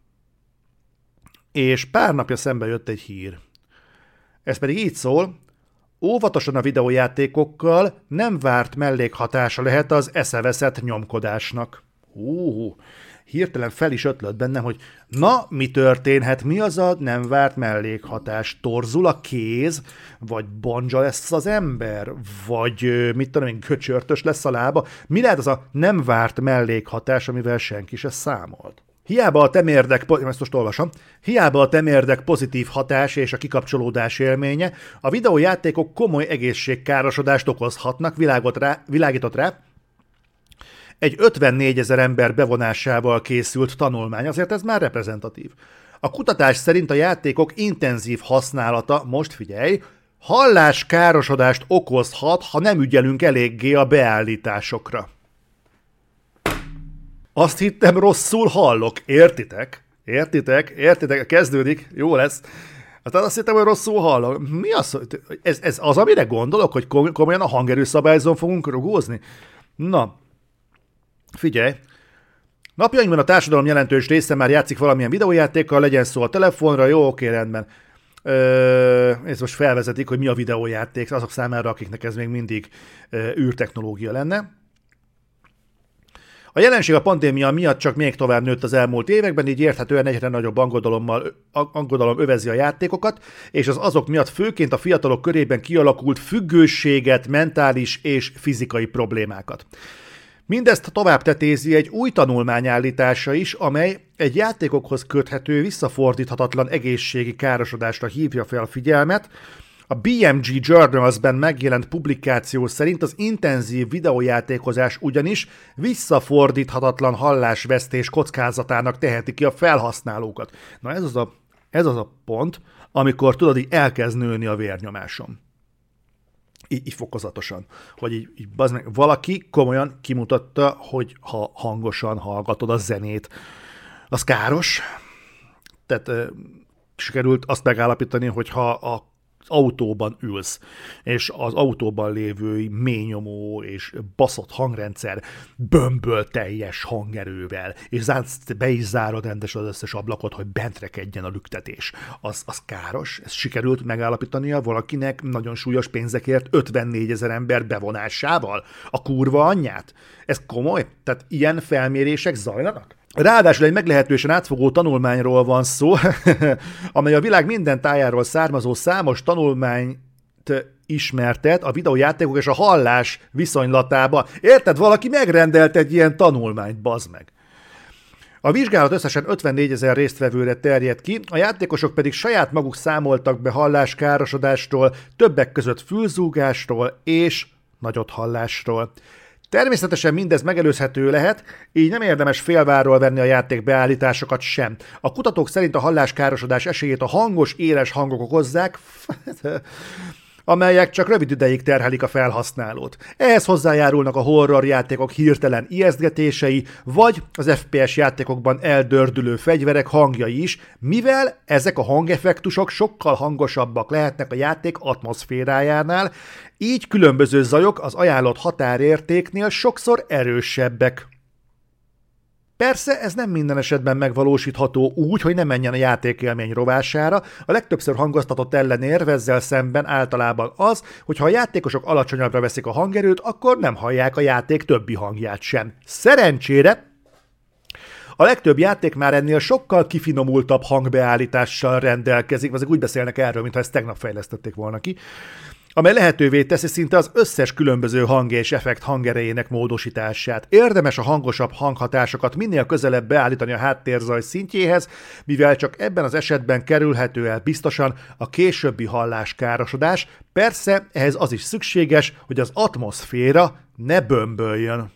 és pár napja szembe jött egy hír. Ez pedig így szól: óvatosan a videójátékokkal, nem várt mellékhatása lehet az eszeveszett nyomkodásnak. Hú, hirtelen fel is ötlött bennem, hogy na, mi történhet, mi az a nem várt mellékhatás? Torzul a kéz, vagy banja lesz az ember, vagy mit tudom én, göcsörtös lesz a lába? Mi lehet az a nem várt mellékhatás, amivel senki se számolt? Hiába a temérdek, ezt most olvasom, hiába a temérdek pozitív hatás és a kikapcsolódás élménye, a videójátékok komoly egészségkárosodást okozhatnak, világot rá, világított rá egy ötvennégyezer ember bevonásával készült tanulmány, azért ez már reprezentatív. A kutatás szerint a játékok intenzív használata, most figyelj, halláskárosodást okozhat, ha nem ügyelünk eléggé a beállításokra. Azt hittem, rosszul hallok. Értitek? Értitek? Értitek? Kezdődik. Jó lesz. Aztán azt hittem, hogy rosszul hallok. Mi az? Ez, ez az, amire gondolok, hogy komolyan a hangerőszabályzón fogunk rugózni? Na, figyelj. Napjainkban a társadalom jelentős része már játszik valamilyen videójátékkal, legyen szó a telefonra, jó, oké, rendben. Ö, ez most felvezetik, hogy mi a videójáték azok számára, akiknek ez még mindig ö, űrtechnológia lenne. A jelenség a pandémia miatt csak még tovább nőtt az elmúlt években, így érthetően egyre nagyobb aggodalommal, aggodalom övezi a játékokat, és az azok miatt főként a fiatalok körében kialakult függőséget, mentális és fizikai problémákat. Mindezt tovább tetézi egy új tanulmány állítása is, amely egy játékokhoz köthető, visszafordíthatatlan egészségi károsodásra hívja fel a figyelmet. A bé em gé Journals-ben megjelent publikáció szerint az intenzív videójátékozás ugyanis visszafordíthatatlan hallásvesztés kockázatának teheti ki a felhasználókat. Na ez az a, ez az a pont, amikor tudod, így elkezd nőni a vérnyomásom. Így, így fokozatosan. Hogy így, így meg, valaki komolyan kimutatta, hogy ha hangosan hallgatod a zenét, az káros. Tehát e, sikerült azt megállapítani, hogy ha a autóban ülsz, és az autóban lévő mélynyomó és baszott hangrendszer bömböl teljes hangerővel, és be is zárod rendesen az összes ablakot, hogy bentrekedjen a lüktetés. Az, az káros, ezt sikerült megállapítania valakinek nagyon súlyos pénzekért ötvennégyezer ember bevonásával. A kurva anyját? Ez komoly? Tehát ilyen felmérések zajlanak? Ráadásul egy meglehetősen átfogó tanulmányról van szó, amely a világ minden tájáról származó számos tanulmányt ismertet a videójátékok és a hallás viszonylatába. Érted? Valaki megrendelt egy ilyen tanulmányt, bazd meg. A vizsgálat összesen ötvennégyezer résztvevőre terjedt ki, a játékosok pedig saját maguk számoltak be halláskárosodástól, többek között fülzúgástól és nagyothallásról. Természetesen mindez megelőzhető lehet, így nem érdemes félvárról venni a játék beállításokat sem. A kutatók szerint a halláskárosodás esélyét a hangos, éles hangok okozzák, amelyek csak rövid ideig terhelik a felhasználót. Ehhez hozzájárulnak a horror játékok hirtelen ijesztgetései, vagy az ef pé es játékokban eldördülő fegyverek hangjai is, mivel ezek a hangeffektusok sokkal hangosabbak lehetnek a játék atmoszférájánál, így különböző zajok az ajánlott határértéknél sokszor erősebbek. Persze ez nem minden esetben megvalósítható úgy, hogy ne menjen a játékélmény rovására, a legtöbbször hangoztatott ellenérv ezzel szemben általában az, hogy ha a játékosok alacsonyabbra veszik a hangerőt, akkor nem hallják a játék többi hangját sem. Szerencsére a legtöbb játék már ennél sokkal kifinomultabb hangbeállítással rendelkezik, azok úgy beszélnek erről, mintha ezt tegnap fejlesztették volna ki, amely lehetővé teszi szinte az összes különböző hang és effekt hangerejének módosítását. Érdemes a hangosabb hanghatásokat minél közelebb beállítani a háttérzaj szintjéhez, mivel csak ebben az esetben kerülhető el biztosan a későbbi halláskárosodás. Persze ehhez az is szükséges, hogy az atmoszféra ne bömböljön.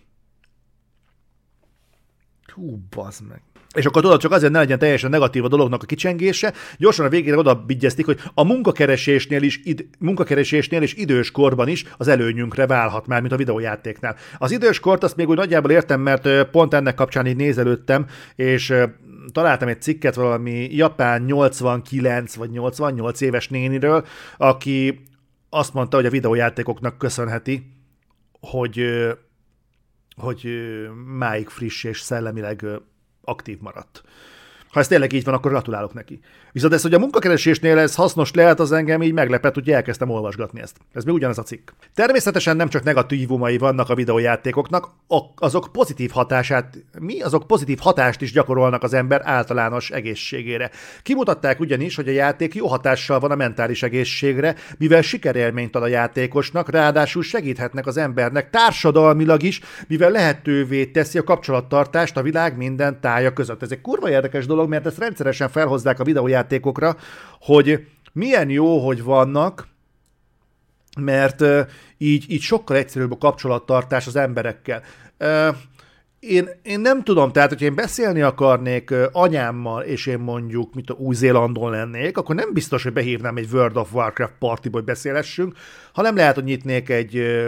Hú, bazd meg. És akkor tudod, csak azért ne legyen teljesen negatív a dolognak a kicsengése, gyorsan a végére oda bigyeztik, hogy a munkakeresésnél, is id- munkakeresésnél és idős korban is az előnyünkre válhat már, mint a videójátéknál. Az idős kort azt még úgy nagyjából értem, mert pont ennek kapcsán így nézelődtem, és találtam egy cikket valami japán nyolcvankilenc vagy nyolcvannyolc éves néniről, aki azt mondta, hogy a videójátékoknak köszönheti, hogy, hogy máig friss és szellemileg aktív maradt. Ha ez tényleg így van, akkor gratulálok neki. Viszont ez, hogy a munkakeresésnél ez hasznos lehet, az engem így meglepett, hogy elkezdtem olvasgatni ezt. Ez még ugyanaz a cikk. Természetesen nem csak negatívumai vannak a videójátékoknak, azok pozitív hatását, mi? Azok pozitív hatást is gyakorolnak az ember általános egészségére. Kimutatták ugyanis, hogy a játék jó hatással van a mentális egészségre, mivel sikerélményt ad a játékosnak, ráadásul segíthetnek az embernek társadalmilag is, mivel lehetővé teszi a kapcsolattartást a világ minden tája között. Ez egy kurva érdekes dolog, mert ezt rendszeresen felhozzák a videójátékokra, hogy milyen jó, hogy vannak, mert uh, így, így sokkal egyszerűbb a kapcsolattartás az emberekkel. Uh, én, én nem tudom, tehát, hogyha én beszélni akarnék uh, anyámmal, és én mondjuk, mint a Új-Zélandon lennék, akkor nem biztos, hogy behívnám egy World of Warcraft partiba, hogy beszélhessünk, hanem lehet, hogy nyitnék egy uh,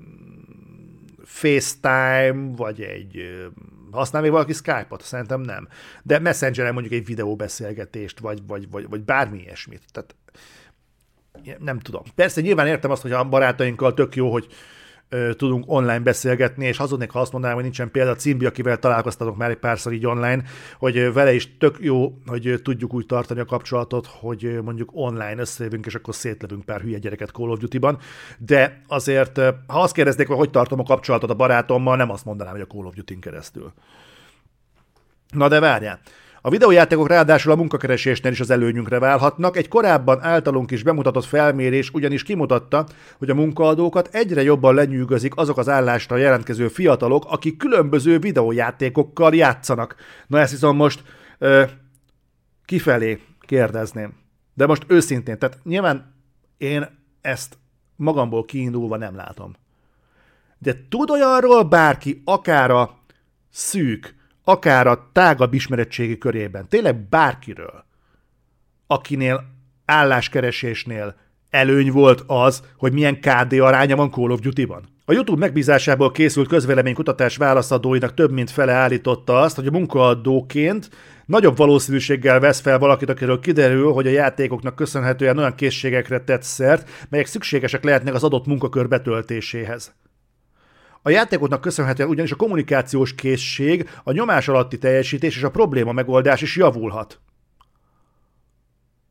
FaceTime, vagy egy... Uh, használ még valaki Skype-ot? Szerintem nem. De Messengeren mondjuk egy videóbeszélgetést, vagy, vagy, vagy, vagy bármi ilyesmit. Tehát nem tudom. Persze nyilván értem azt, hogy a barátainkkal tök jó, hogy ö, tudunk online beszélgetni, és hazudnék, ha azt mondanám, hogy nincsen például Cimbi, akivel találkoztatok már egy párszor így online, hogy ö, vele is tök jó, hogy ö, tudjuk úgy tartani a kapcsolatot, hogy ö, mondjuk online összejövünk, és akkor szétlövünk pár hülye gyereket Call of Duty-ban. De azért, ö, ha azt kérdeznék, hogy hogy tartom a kapcsolatot a barátommal, nem azt mondanám, hogy a Call of Duty-n keresztül. Na de várjál. A videójátékok ráadásul a munkakeresésnél is az előnyünkre válhatnak. Egy korábban általunk is bemutatott felmérés ugyanis kimutatta, hogy a munkaadókat egyre jobban lenyűgözik azok az állásra jelentkező fiatalok, akik különböző videójátékokkal játszanak. Na ezt viszont most ö, kifelé kérdezném. De most őszintén, tehát nyilván én ezt magamból kiindulva nem látom. De tud olyanról bárki, akár a szűk, akár a tágabb ismeretségi körében, tényleg bárkiről, akinél álláskeresésnél előny volt az, hogy milyen ká dé aránya van Call of Duty-ban. A YouTube megbízásából készült közvéleménykutatás válaszadóinak több mint fele állította azt, hogy a munkaadóként nagyobb valószínűséggel vesz fel valakit, akiről kiderül, hogy a játékoknak köszönhetően olyan készségekre tett szert, melyek szükségesek lehetnek az adott munkakör betöltéséhez. A játékoknak köszönhetően ugyanis a kommunikációs készség, a nyomás alatti teljesítés és a probléma megoldás is javulhat.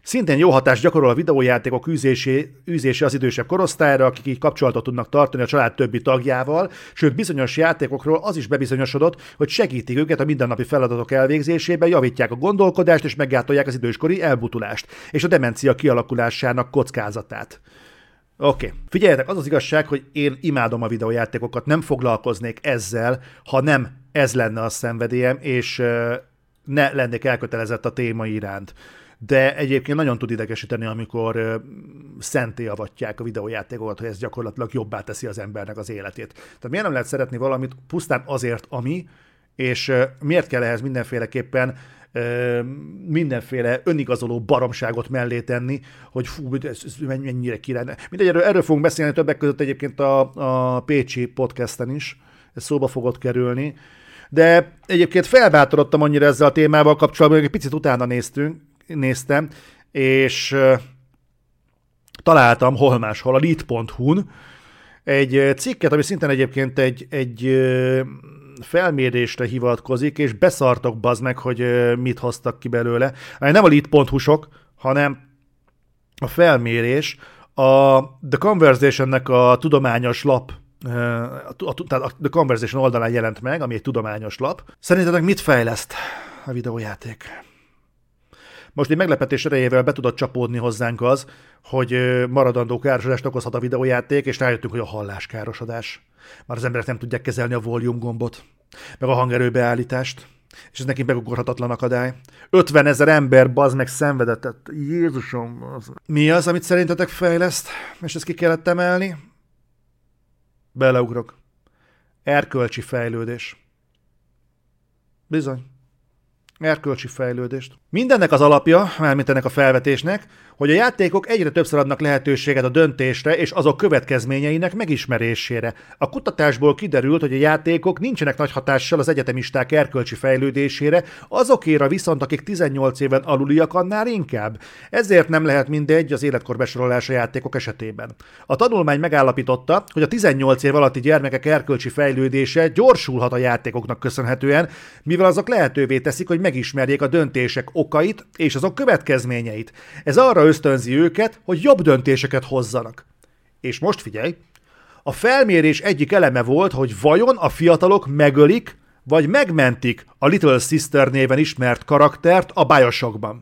Szintén jó hatást gyakorol a videójátékok űzésé, űzése az idősebb korosztályra, akik így kapcsolatot tudnak tartani a család többi tagjával, sőt bizonyos játékokról az is bebizonyosodott, hogy segítik őket a mindennapi feladatok elvégzésében, javítják a gondolkodást és meggátolják az időskori elbutulást és a demencia kialakulásának kockázatát. Oké. Okay. Figyeljetek, az az igazság, hogy én imádom a videójátékokat, nem foglalkoznék ezzel, ha nem ez lenne a szenvedélyem, és uh, ne lennék elkötelezett a téma iránt. De egyébként nagyon tud idegesíteni, amikor uh, szenté avatják a videójátékokat, hogy ez gyakorlatilag jobbá teszi az embernek az életét. Tehát miért nem lehet szeretni valamit pusztán azért, ami, és uh, miért kell ehhez mindenféleképpen mindenféle önigazoló baromságot mellé tenni, hogy fú, ez, ez mennyire király. Mindegy, erről, erről fogunk beszélni többek között egyébként a, a Pécsi podcasten is, ez szóba fogott kerülni, de egyébként felbátorodtam annyira ezzel a témával kapcsolatban, hogy egy picit utána néztünk, néztem, és uh, találtam hol máshol, a lead pont hu-n egy cikket, ami szintén egyébként egy, egy uh, felmérésre hivatkozik, és beszartok bazd meg, hogy uh, mit hoztak ki belőle. Nem a lead pont hu-sok, hanem a felmérés a The Conversation-nek a tudományos lap, uh, a, tehát a The Conversation oldalán jelent meg, ami egy tudományos lap. Szerintetek mit fejleszt a videójáték? Most egy meglepetés erejével be tudott csapódni hozzánk az, hogy maradandó károsodást okozhat a videójáték, és rájöttünk, hogy a halláskárosodás. Már az emberek nem tudják kezelni a volume gombot, meg a hangerőbeállítást, és ez neki megugorhatatlan akadály. ötvenezer ember bazd meg szenvedett. Jézusom! Az... Mi az, amit szerintetek fejleszt, és ezt ki kellett emelni? Beleugrok. Erkölcsi fejlődés. Bizony. Erkölcsi fejlődést. Mindennek az alapja, mármint ennek a felvetésnek, hogy a játékok egyre többször adnak lehetőséget a döntésre és azok következményeinek megismerésére. A kutatásból kiderült, hogy a játékok nincsenek nagy hatással az egyetemisták erkölcsi fejlődésére, azokéra viszont, akik tizennyolc éven aluliak, annál inkább. Ezért nem lehet mindegy az életkor besorolása játékok esetében. A tanulmány megállapította, hogy a tizennyolc év alatti gyermekek erkölcsi fejlődése gyorsulhat a játékoknak köszönhetően, mivel azok lehetővé teszik, hogy megismerjék a döntések okait és azok következményeit. Ez arra ösztönzi őket, hogy jobb döntéseket hozzanak. És most figyelj, a felmérés egyik eleme volt, hogy vajon a fiatalok megölik, vagy megmentik a Little Sister néven ismert karaktert a BioShockban.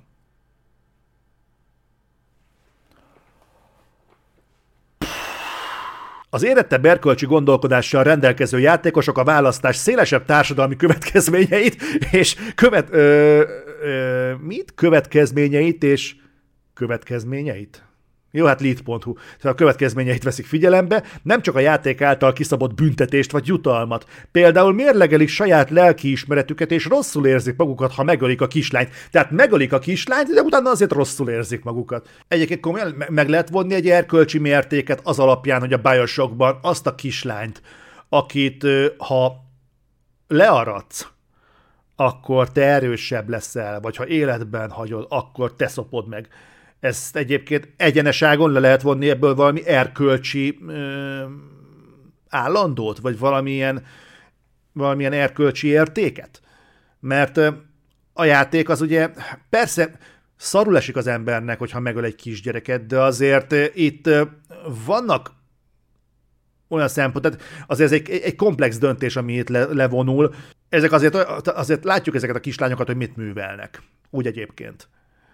Az érettebb erkölcsi gondolkodással rendelkező játékosok a választás szélesebb társadalmi következményeit és követ... Ö, ö, mit? Következményeit és következményeit? Jó, hát lead pont hu. Tehát a következményeit veszik figyelembe, nem csak a játék által kiszabott büntetést vagy jutalmat. Például mérlegelik saját lelkiismeretüket, és rosszul érzik magukat, ha megölik a kislányt. Tehát megölik a kislányt, de utána azért rosszul érzik magukat. Egyébként komolyan meg lehet vonni egy erkölcsi mértéket az alapján, hogy a BioShockban azt a kislányt, akit ha learadsz, akkor te erősebb leszel, vagy ha életben hagyod, akkor te szopod meg. Ezt egyébként egyeneságon le lehet vonni ebből valami erkölcsi ö, állandót, vagy valamilyen, valamilyen erkölcsi értéket. Mert ö, a játék az ugye, persze szarul esik az embernek, hogyha megöl egy kisgyereket, de azért ö, itt ö, vannak olyan szempont, tehát azért ez egy, egy komplex döntés, ami itt le, levonul. Ezek azért, azért látjuk ezeket a kislányokat, hogy mit művelnek. Úgy egyébként.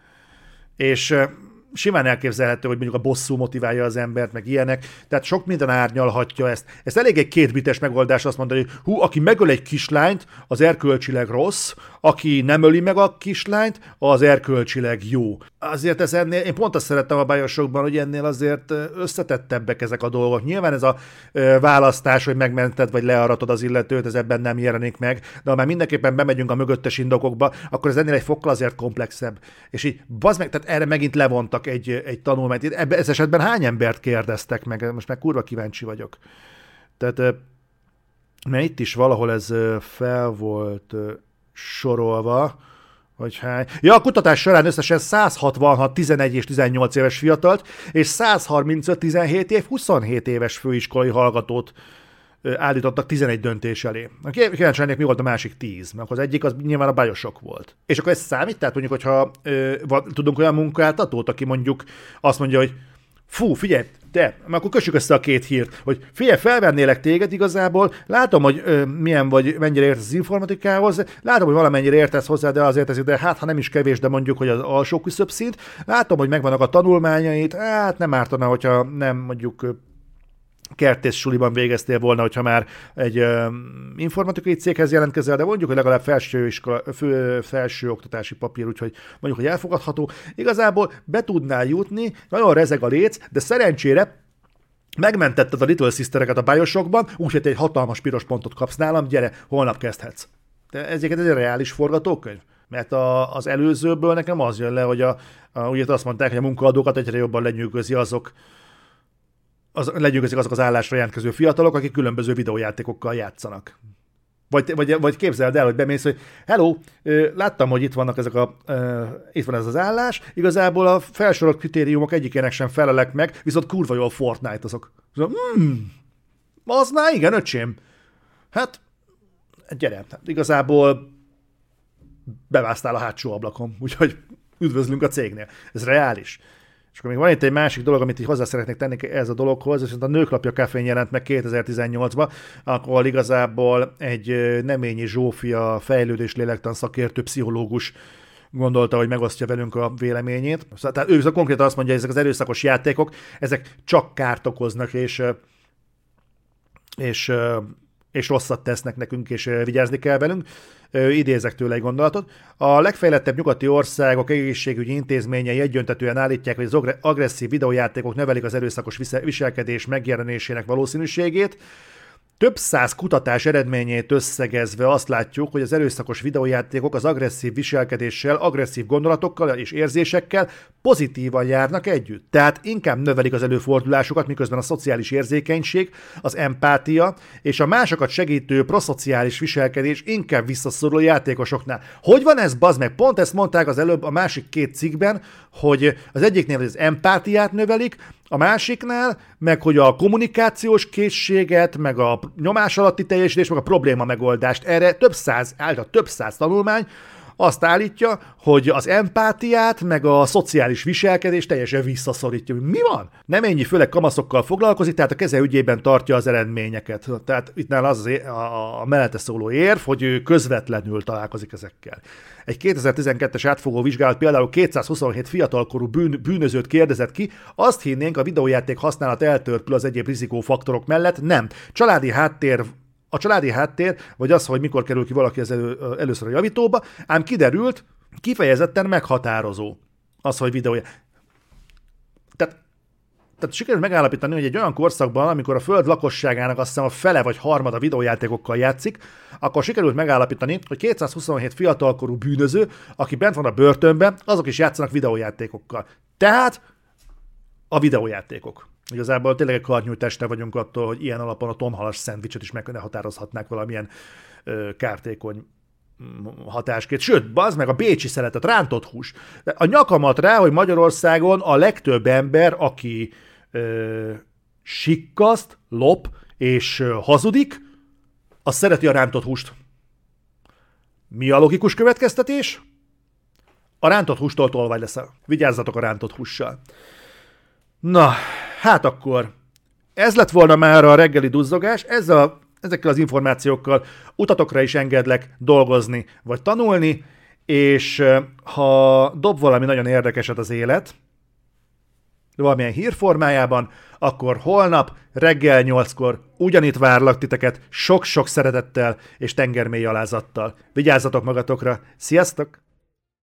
És simán elképzelhető, hogy mondjuk a bosszú motiválja az embert, meg ilyenek, tehát sok minden árnyalhatja ezt. Ez elég egy kétbites megoldás azt mondani, hogy hú, aki megöl egy kislányt, az erkölcsileg rossz, aki nem öli meg a kislányt, az erkölcsileg jó. Azért ez ennél, én pont azt szerettem a BioShockban, hogy ennél azért összetettebbek ezek a dolgok. Nyilván ez a választás, hogy megmented vagy learatod az illetőt, ez ebben nem jelenik meg, de ha már mindenképpen bemegyünk a mögöttes indokokba, akkor ez ennél egy fokkal azért komplexebb. És így, bazd meg, tehát erre megint levontak egy, egy tanulmányt. Ebben ez esetben hány embert kérdeztek meg? Most már kurva kíváncsi vagyok. Tehát, mert itt is valahol ez fel volt sorolva, hogy hány... Ja, a kutatás során összesen száz hatvanhat tizenegy és tizennyolc éves fiatalt, és száz harmincöt tizenhét év huszonhét éves főiskolai hallgatót állítottak tizenegy döntés elé. Kíváncsi lennék, mi volt a másik tíz, mert az egyik az nyilván a Bioshock volt. És akkor ez számít? Tehát mondjuk, hogyha ö, van, tudunk olyan munkáltatót, aki mondjuk azt mondja, hogy fú, figyelj, te, akkor kössük össze a két hírt, hogy figyelj, felvennélek téged igazából, látom, hogy ö, milyen vagy, mennyire értesz az informatikához, látom, hogy valamennyire értesz hozzá, de azért ez ide, hát ha nem is kevés, de mondjuk, hogy az alsó küszöbb szint, látom, hogy megvannak a tanulmányait, hát nem ártana, hogyha nem mondjuk kertész suliban végeztél volna, hogyha már egy ö, informatikai céghez jelentkezel, de mondjuk, hogy legalább felső, iskola, fő, felső oktatási papír, úgyhogy mondjuk, hogy elfogadható. Igazából be tudnál jutni, nagyon rezeg a léc, de szerencsére megmentetted a Little Sistereket a Bioshockban, úgyhogy egy hatalmas piros pontot kapsz nálam, gyere, holnap kezdhetsz. De ezeket ez egy reális forgatókönyv? Mert a, az előzőből nekem az jön le, hogy a, a, ugye azt mondták, hogy a munkaadókat egyre jobban lenyűgözi azok, az, legyőzik azok az állásra jelentkező fiatalok, akik különböző videójátékokkal játszanak. Vagy, vagy, vagy képzeld el, hogy bemész, hogy hello, láttam, hogy itt vannak ezek a, uh, itt van ez az állás, igazából a felsorolt kritériumok egyikének sem felelek meg, viszont kurva jól Fortnite azok. Hmm, az már igen, öcsém. Hát, gyere, hát igazából bevásztál a hátsó ablakon, úgyhogy üdvözlünk a cégnél. Ez reális. És akkor még van itt egy másik dolog, amit így hozzá szeretnék tenni ez a dologhoz, és a Nőklapja Cafén jelent meg kétezer-tizennyolcban, akkor igazából egy Neményi Zsófia fejlődés lélektan szakértő pszichológus gondolta, hogy megosztja velünk a véleményét. Tehát ő konkrétan azt mondja, hogy ezek az erőszakos játékok, ezek csak kárt okoznak, és, és, és rosszat tesznek nekünk, és vigyázni kell velünk. Idézek tőle egy gondolatot. A legfejlettebb nyugati országok egészségügyi intézményei egyöntetően állítják, hogy az agresszív videójátékok növelik az erőszakos viselkedés megjelenésének valószínűségét. Több száz kutatás eredményét összegezve azt látjuk, hogy az erőszakos videójátékok az agresszív viselkedéssel, agresszív gondolatokkal és érzésekkel pozitívan járnak együtt. Tehát inkább növelik az előfordulásukat, miközben a szociális érzékenység, az empátia és a másokat segítő proszociális viselkedés inkább visszaszorul a játékosoknál. Hogy van ez, bazd meg? Pont ezt mondták az előbb a másik két cikkben, hogy az egyiknél az empátiát növelik, a másiknál, meg hogy a kommunikációs készséget, meg a nyomás alatti teljesítés, meg a probléma megoldást. Erre több száz, által több száz tanulmány azt állítja, hogy az empátiát, meg a szociális viselkedést teljesen visszaszorítja. Mi van? Nem ennyi, főleg kamaszokkal foglalkozik, tehát a keze ügyében tartja az eredményeket. Tehát itt nála az, az é- a, a mellette szóló érv, hogy ő közvetlenül találkozik ezekkel. Egy kétezer-tizenkettes átfogó vizsgálat például kétszázhuszonhét fiatalkorú bűn, bűnözőt kérdezett ki, azt hinnénk, a videójáték használat eltörpül az egyéb rizikófaktorok mellett, nem. Családi háttér A családi háttér, vagy az, hogy mikor kerül ki valaki az elő, először a javítóba, ám kiderült, kifejezetten meghatározó az, hogy videója. Tehát, tehát sikerült megállapítani, hogy egy olyan korszakban, amikor a föld lakosságának azt hiszem a fele vagy harmada videójátékokkal játszik, akkor sikerült megállapítani, hogy kétszázhuszonhét fiatalkorú bűnöző, aki bent van a börtönben, azok is játszanak videójátékokkal. Tehát a videójátékok. Igazából tényleg egy karnyújtásnál vagyunk attól, hogy ilyen alapon a tonhalas szendvicset is meghatározhatnák valamilyen ö, kártékony hatásként. Sőt, bazd meg a bécsi szeletet, rántott hús. A nyakamat rá, hogy Magyarországon a legtöbb ember, aki ö, sikkaszt, lop és ö, hazudik, az szereti a rántott húst. Mi a logikus következtetés? A rántott hústól tolvaj leszel. Vigyázzatok a rántott hússal. Na, hát akkor ez lett volna már a reggeli duzzogás, ezzel a, ezekkel az információkkal utatokra is engedlek dolgozni vagy tanulni, és ha dob valami nagyon érdekeset az élet, valamilyen hírformájában, akkor holnap reggel nyolckor ugyanitt várlak titeket sok-sok szeretettel és tengermély alázattal. Vigyázzatok magatokra, sziasztok!